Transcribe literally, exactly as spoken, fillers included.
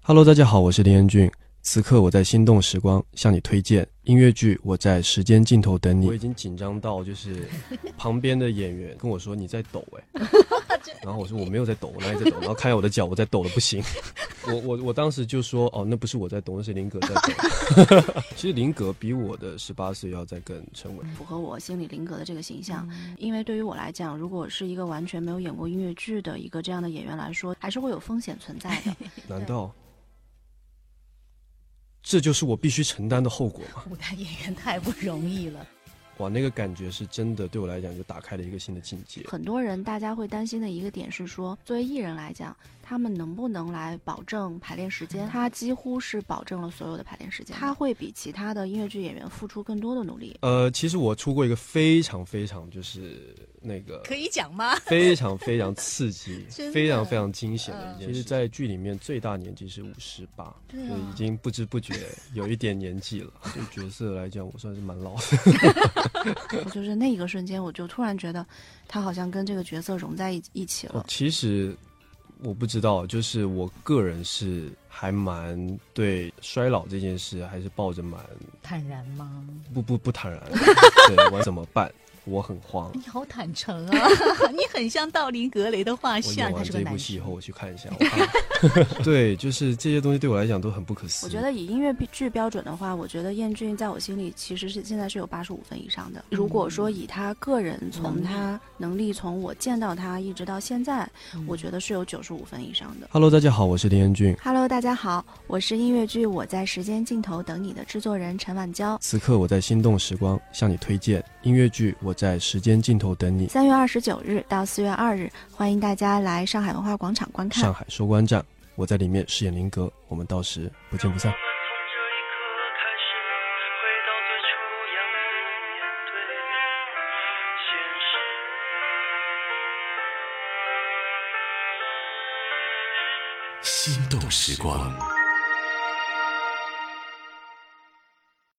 Hello， 大家好，我是林彦俊。此刻我在心动时光向你推荐音乐剧《我在时间尽头等你》。我已经紧张到就是旁边的演员跟我说你在抖哎、欸，然后我说我没有在抖，我哪里在抖？然后看下我的脚，我在抖的不行。我我我当时就说哦，那不是我在抖，那是林格在抖。其实林格比我的十八岁要再更沉稳， 符合我心里林格的这个形象。嗯、因为对于我来讲，如果是一个完全没有演过音乐剧的一个这样的演员来说，还是会有风险存在的。 难道这就是我必须承担的后果吗？ 舞台演员太不容易了。 哇，那个感觉是真的，对我来讲就打开了一个新的境界。 很多人大家会担心的一个点是说，作为艺人来讲，他们能不能来保证排练时间？他几乎是保证了所有的排练时间，他会比其他的音乐剧演员付出更多的努力。 呃，其实我出过一个非常非常就是那个可以讲吗？ 非常非常刺激，非常非常惊险的一件事。 嗯、 其实，在剧里面最大年纪是五十八，就已经不知不觉有一点年纪了。对角色来讲，我算是蛮老的。 我就是那一个瞬间，我就突然觉得他好像跟这个角色融在一起了。 哦、其实我不知道，就是我个人是还蛮对衰老这件事还是抱着蛮坦然吗？ 不不不坦然。对，我怎么办？我很慌。 你好坦诚啊，你很像道林格雷的画像。 我演完这部戏以后，我去看一下。我看对，就是这些东西对我来讲都很不可思议。 我觉得以音乐剧标准的话，我觉得彦俊在我心里其实是现在是有八十五分以上的。嗯、如果说以他个人从他能力，从我见到他一直到现在，嗯、我觉得是有九十五分以上的。 Hello， 大家好，我是林彦俊。 Hello， 大家好，我是音乐剧《我在时间尽头等你》的制作人陈婉娇。 此刻我在心动时光向你推荐音乐剧《我在时间尽头等你》。 三月二十九日到四月二日，欢迎大家来上海文化广场观看。 上海收官站，我在里面饰演林格，我们到时不见不散。 心动时光。